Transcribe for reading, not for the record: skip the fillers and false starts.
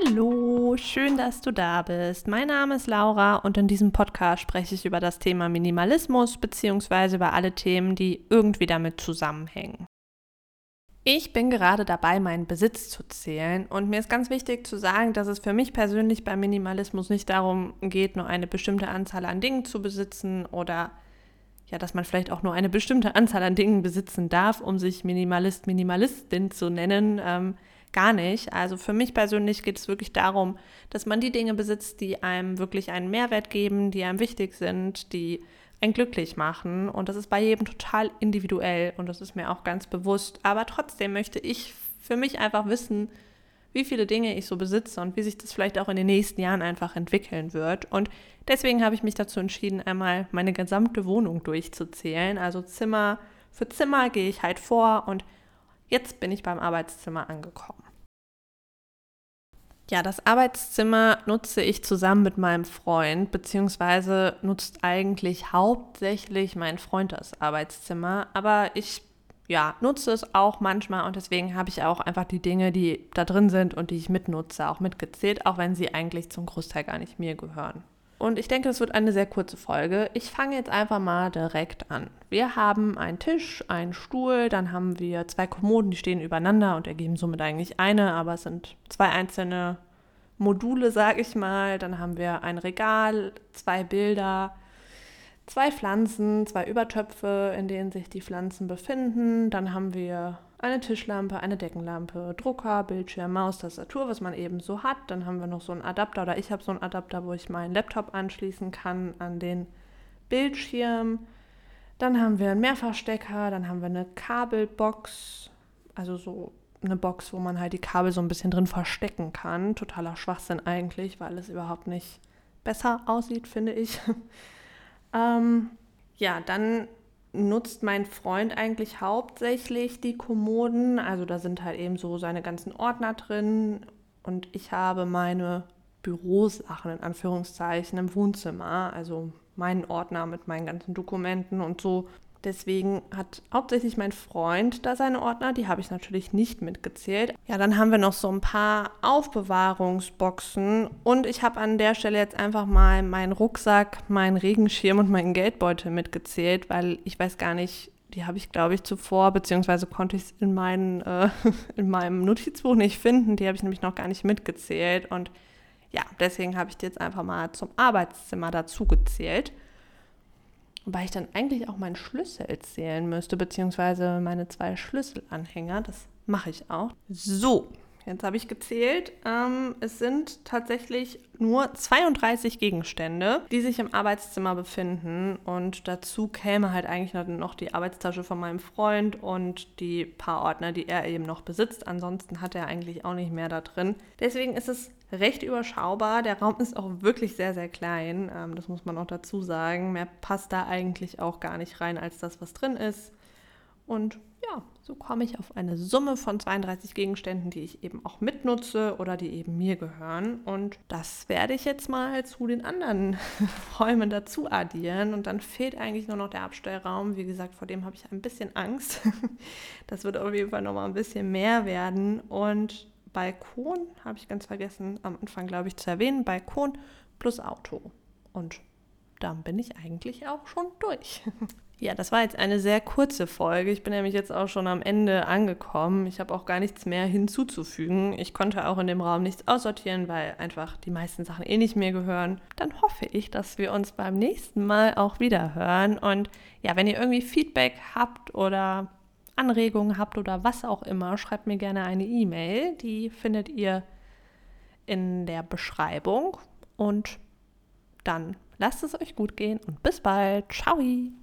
Hallo, schön, dass du da bist. Mein Name ist Laura und in diesem Podcast spreche ich über das Thema Minimalismus bzw. über alle Themen, die irgendwie damit zusammenhängen. Ich bin gerade dabei, meinen Besitz zu zählen und mir ist ganz wichtig zu sagen, dass es für mich persönlich beim Minimalismus nicht darum geht, nur eine bestimmte Anzahl an Dingen zu besitzen oder dass man vielleicht auch nur eine bestimmte Anzahl an Dingen besitzen darf, um sich Minimalist, Minimalistin zu nennen. Gar nicht. Also für mich persönlich geht es wirklich darum, dass man die Dinge besitzt, die einem wirklich einen Mehrwert geben, die einem wichtig sind, die einen glücklich machen. Und das ist bei jedem total individuell und das ist mir auch ganz bewusst. Aber trotzdem möchte ich für mich einfach wissen, wie viele Dinge ich so besitze und wie sich das vielleicht auch in den nächsten Jahren einfach entwickeln wird. Und deswegen habe ich mich dazu entschieden, einmal meine gesamte Wohnung durchzuzählen. Also Zimmer für Zimmer gehe ich halt vor und jetzt bin ich beim Arbeitszimmer angekommen. Ja, das Arbeitszimmer nutze ich zusammen mit meinem Freund, beziehungsweise nutzt eigentlich hauptsächlich mein Freund das Arbeitszimmer, aber ich nutze es auch manchmal und deswegen habe ich auch einfach die Dinge, die da drin sind und die ich mitnutze, auch mitgezählt, auch wenn sie eigentlich zum Großteil gar nicht mir gehören. Und ich denke, es wird eine sehr kurze Folge. Ich fange jetzt einfach mal direkt an. Wir haben einen Tisch, einen Stuhl, dann haben wir 2 Kommoden, die stehen übereinander und ergeben somit eigentlich eine, aber es sind 2 einzelne Module, sage ich mal. Dann haben wir ein Regal, 2 Bilder, 2 Pflanzen, 2 Übertöpfe, in denen sich die Pflanzen befinden. Dann haben wir eine Tischlampe, eine Deckenlampe, Drucker, Bildschirm, Maus, Tastatur, was man eben so hat. Dann haben wir noch so einen Adapter oder ich habe so einen Adapter, wo ich meinen Laptop anschließen kann an den Bildschirm. Dann haben wir einen Mehrfachstecker, dann haben wir eine Kabelbox, also so eine Box, wo man halt die Kabel so ein bisschen drin verstecken kann. Totaler Schwachsinn eigentlich, weil es überhaupt nicht besser aussieht, finde ich. Dann nutzt mein Freund eigentlich hauptsächlich die Kommoden. Also da sind halt eben so seine ganzen Ordner drin und ich habe meine Bürosachen in Anführungszeichen im Wohnzimmer, also meinen Ordner mit meinen ganzen Dokumenten und so. Deswegen hat hauptsächlich mein Freund da seine Ordner, die habe ich natürlich nicht mitgezählt. Ja, dann haben wir noch so ein paar Aufbewahrungsboxen und ich habe an der Stelle jetzt einfach mal meinen Rucksack, meinen Regenschirm und meinen Geldbeutel mitgezählt, weil ich weiß gar nicht, die habe ich glaube ich zuvor, beziehungsweise konnte ich es in meinem Notizbuch nicht finden, die habe ich nämlich noch gar nicht mitgezählt und ja, deswegen habe ich die jetzt einfach mal zum Arbeitszimmer dazu gezählt. Wobei ich dann eigentlich auch meinen Schlüssel zählen müsste, beziehungsweise meine 2 Schlüsselanhänger. Das mache ich auch. So, jetzt habe ich gezählt. Es sind tatsächlich nur 32 Gegenstände, die sich im Arbeitszimmer befinden. Und dazu käme halt eigentlich noch die Arbeitstasche von meinem Freund und die paar Ordner, die er eben noch besitzt. Ansonsten hat er eigentlich auch nicht mehr da drin. Deswegen ist es recht überschaubar. Der Raum ist auch wirklich sehr, sehr klein. Das muss man auch dazu sagen. Mehr passt da eigentlich auch gar nicht rein als das, was drin ist. Und ja, so komme ich auf eine Summe von 32 Gegenständen, die ich eben auch mitnutze oder die eben mir gehören. Und das werde ich jetzt mal zu den anderen Räumen dazu addieren. Und dann fehlt eigentlich nur noch der Abstellraum. Wie gesagt, vor dem habe ich ein bisschen Angst. Das wird auf jeden Fall noch mal ein bisschen mehr werden. Und Balkon, habe ich ganz vergessen, am Anfang, glaube ich, zu erwähnen. Balkon plus Auto. Und dann bin ich eigentlich auch schon durch. Ja, das war jetzt eine sehr kurze Folge. Ich bin nämlich jetzt auch schon am Ende angekommen. Ich habe auch gar nichts mehr hinzuzufügen. Ich konnte auch in dem Raum nichts aussortieren, weil einfach die meisten Sachen nicht mir gehören. Dann hoffe ich, dass wir uns beim nächsten Mal auch wieder hören. Und ja, wenn ihr irgendwie Feedback habt oder Anregungen habt oder was auch immer, schreibt mir gerne eine E-Mail. Die findet ihr in der Beschreibung. Und dann lasst es euch gut gehen und bis bald. Ciao!